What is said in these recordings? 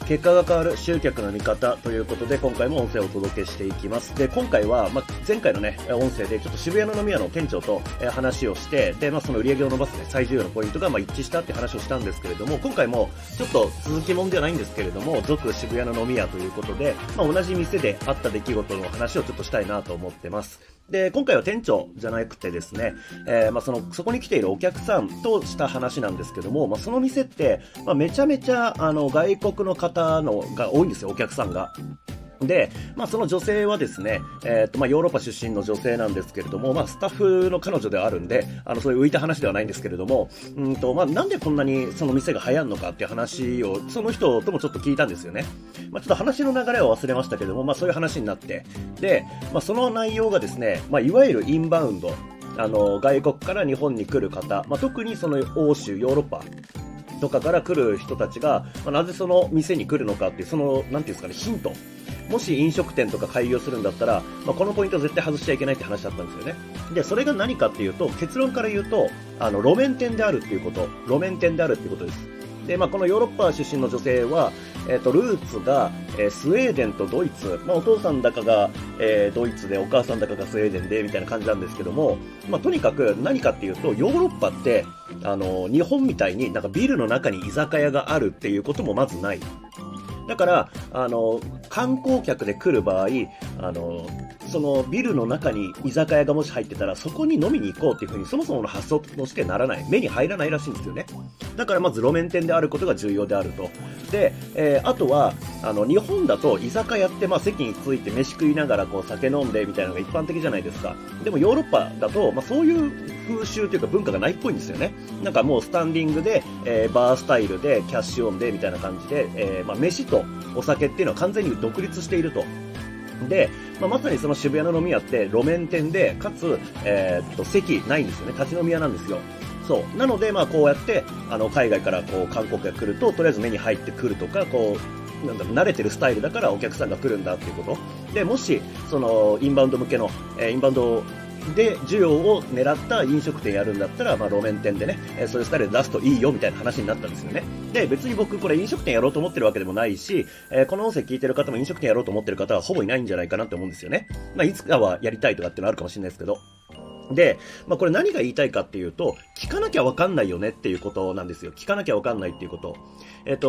結果が変わる集客の見方ということで、今回も音声をお届けしていきます。で、今回は、前回のね、音声でちょっと渋谷の飲み屋の店長と話をして、で、その売り上げを伸ばすね、最重要のポイントが一致したって話をしたんですけれども、今回もちょっと続きもんではないんですけれども、続渋谷の飲み屋ということで、同じ店であった出来事の話をちょっとしたいなと思ってます。で、今回は店長じゃなくてですね、そこに来ているお客さんとした話なんですけども、その店って、めちゃめちゃ、外国の方のが多いんですよ、お客さんが。で、その女性はですね、ヨーロッパ出身の女性なんですけれども、スタッフの彼女ではあるんで、そういう浮いた話ではないんですけれども、なんでこんなにその店が流行るのかっていう話を、その人ともちょっと聞いたんですよね。ちょっと話の流れは忘れましたけども、そういう話になって、で、その内容がですね、いわゆるインバウンド、外国から日本に来る方、特にその欧州、ヨーロッパ、とかから来る人たちが、なぜその店に来るのかっていう、その、なんていうんですかね、ヒント。もし飲食店とか開業するんだったら、このポイントは絶対外しちゃいけないって話だったんですよね。で、それが何かっていうと、結論から言うと、路面店であるっていうこと、路面店であるっていうことです。で、このヨーロッパ出身の女性は、ルーツが、スウェーデンとドイツ、お父さんだかが、ドイツで、お母さんだかがスウェーデンで、みたいな感じなんですけども、とにかく何かっていうと、ヨーロッパって、日本みたいになんかビルの中に居酒屋があるっていうこともまずない。だから、観光客で来る場合、そのビルの中に居酒屋がもし入ってたら、そこに飲みに行こうっていうふうに、そもそもの発想としてならない。目に入らないらしいんですよね。だからまず路面店であることが重要であると。で、あとは、日本だと居酒屋って席について飯食いながらこう酒飲んでみたいなのが一般的じゃないですか。でもヨーロッパだと、そういう風習というか文化がないっぽいんですよね。なんかもうスタンディングで、バースタイルでキャッシュオンでみたいな感じで、飯とお酒っていうのは完全に独立していると。で、まさにその渋谷の飲み屋って路面店で、かつ、席ないんですよね。立ち飲み屋なんですよ。そう。なので、こうやって、海外からこう、観光客が来ると、とりあえず目に入ってくるとか、こう、慣れてるスタイルだからお客さんが来るんだっていうこと。で、もし、その、インバウンド向けの、インバウンドで需要を狙った飲食店やるんだったら、路面店でね、そういうスタイルで出すといいよみたいな話になったんですよね。で、別に僕これ飲食店やろうと思ってるわけでもないし、この音声聞いてる方も飲食店やろうと思ってる方はほぼいないんじゃないかなって思うんですよね。いつかはやりたいとかっていうのはあるかもしれないですけど。で、これ何が言いたいかっていうと、聞かなきゃわかんないよねっていうことなんですよ。聞かなきゃわかんないっていうこと。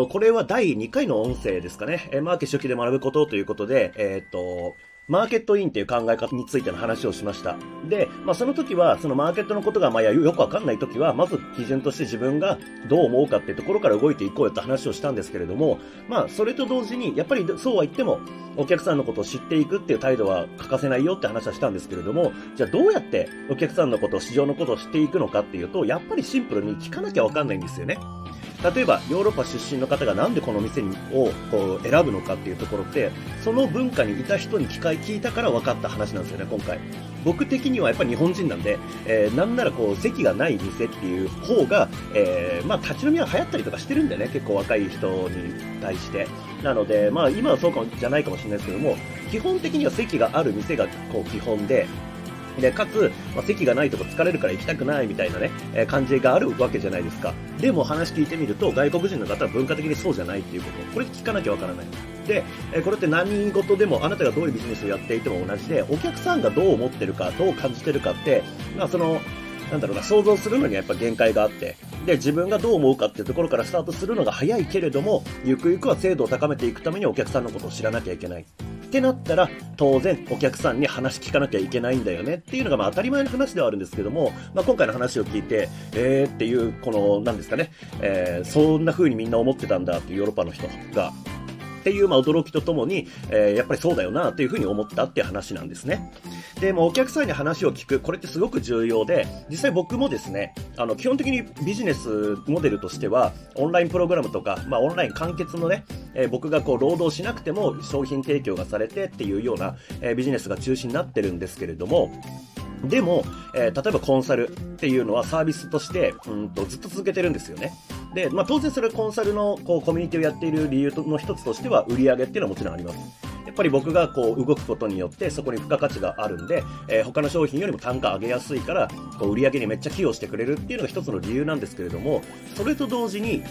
これは第2回の音声ですかね。マーケ初期で学ぶことということで、マーケットインっていう考え方についての話をしました。で、その時は、そのマーケットのことがよくわかんない時は、まず基準として自分がどう思うかっていうところから動いていこうよって話をしたんですけれども、それと同時に、やっぱりそうは言っても、お客さんのことを知っていくっていう態度は欠かせないよって話はしたんですけれども、じゃあどうやってお客さんのこと、市場のことを知っていくのかっていうと、やっぱりシンプルに聞かなきゃわかんないんですよね。例えばヨーロッパ出身の方がなんでこの店をこう選ぶのかっていうところって、その文化にいた人に聞いたから分かった話なんですよね、今回。僕的にはやっぱり日本人なんで、なんならこう席がない店っていう方が、立ち飲みは流行ったりとかしてるんでね、結構若い人に対して。なので、今はそうじゃないかもしれないですけども、基本的には席がある店がこう基本で、で、かつ、席がないとこ疲れるから行きたくないみたいなね、感じがあるわけじゃないですか。でも話聞いてみると、外国人の方は文化的にそうじゃないっていうこと。これ聞かなきゃわからない。で、これって何事でも、あなたがどういうビジネスをやっていても同じで、お客さんがどう思ってるか、どう感じてるかって、想像するのにはやっぱ限界があって、で、自分がどう思うかっていうところからスタートするのが早いけれども、ゆくゆくは精度を高めていくためにお客さんのことを知らなきゃいけない。ってなったら、当然お客さんに話聞かなきゃいけないんだよねっていうのが当たり前の話ではあるんですけども、今回の話を聞いて、っていう、なんですかね、そんな風にみんな思ってたんだっていうヨーロッパの人が、っていう驚きとともに、やっぱりそうだよなというふうに思ったっていう話なんですね。で、お客さんに話を聞く、これってすごく重要で、実際僕もですね、基本的にビジネスモデルとしては、オンラインプログラムとか、オンライン完結のね、僕が労働しなくても商品提供がされてっていうような、ビジネスが中心になってるんですけれども、でも、例えばコンサルっていうのはサービスとして、ずっと続けてるんですよね。で、当然それコンサルのコミュニティをやっている理由の一つとしては売り上げっていうのはもちろんあります。やっぱり僕が動くことによってそこに付加価値があるんで、他の商品よりも単価上げやすいから売り上げにめっちゃ寄与してくれるっていうのが一つの理由なんですけれども、それと同時に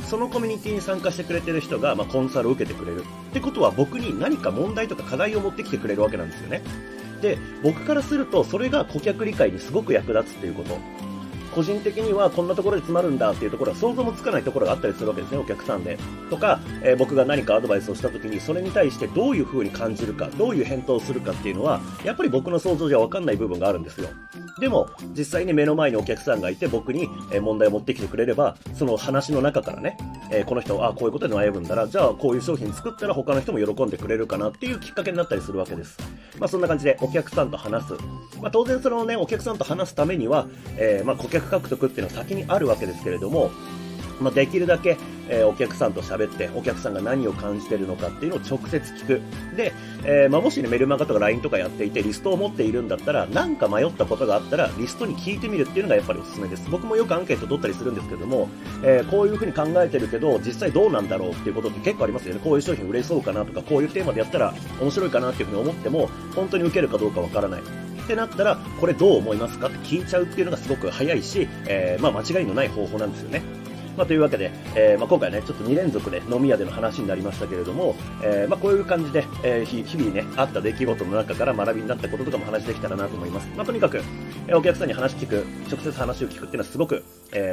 そのコミュニティに参加してくれてる人が、コンサルを受けてくれるってことは、僕に何か問題とか課題を持ってきてくれるわけなんですよね。で、僕からするとそれが顧客理解にすごく役立つっていうこと。個人的にはこんなところで詰まるんだっていうところは想像もつかないところがあったりするわけですね、お客さんで。とか、僕が何かアドバイスをした時にそれに対してどういう風に感じるか、どういう返答をするかっていうのは、やっぱり僕の想像じゃわかんない部分があるんですよ。でも、実際に目の前にお客さんがいて僕に問題を持ってきてくれれば、その話の中からね、この人はこういうことで悩むんだな、じゃあこういう商品作ったら他の人も喜んでくれるかなっていうきっかけになったりするわけです。そんな感じでお客さんと話す。当然そのね、お客さんと話すためには、顧客獲得っていうのは先にあるわけですけれども、できるだけ、お客さんと喋って、お客さんが何を感じているのかっていうのを直接聞く。で、もしね、メルマガとか LINE とかやっていて、リストを持っているんだったら、なんか迷ったことがあったら、リストに聞いてみるっていうのがやっぱりおすすめです。僕もよくアンケート取ったりするんですけども、こういうふうに考えてるけど、実際どうなんだろうっていうことって結構ありますよね。こういう商品売れそうかなとか、こういうテーマでやったら面白いかなっていうふうに思っても、本当に受けるかどうかわからない。ってなったら、これどう思いますかって聞いちゃうっていうのがすごく早いし、間違いのない方法なんですよね。というわけで、今回はね、ちょっと2連続で飲み屋での話になりましたけれども、こういう感じで、日々ね、あった出来事の中から学びになったこととかも話できたらなと思います。とにかく、お客さんに話聞く、直接話を聞くっていうのはすごく、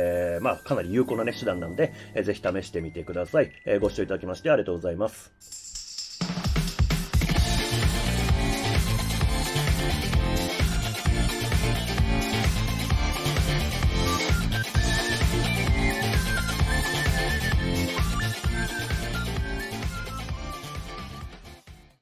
かなり有効なね、手段なんで、ぜひ試してみてください。ご視聴いただきましてありがとうございます。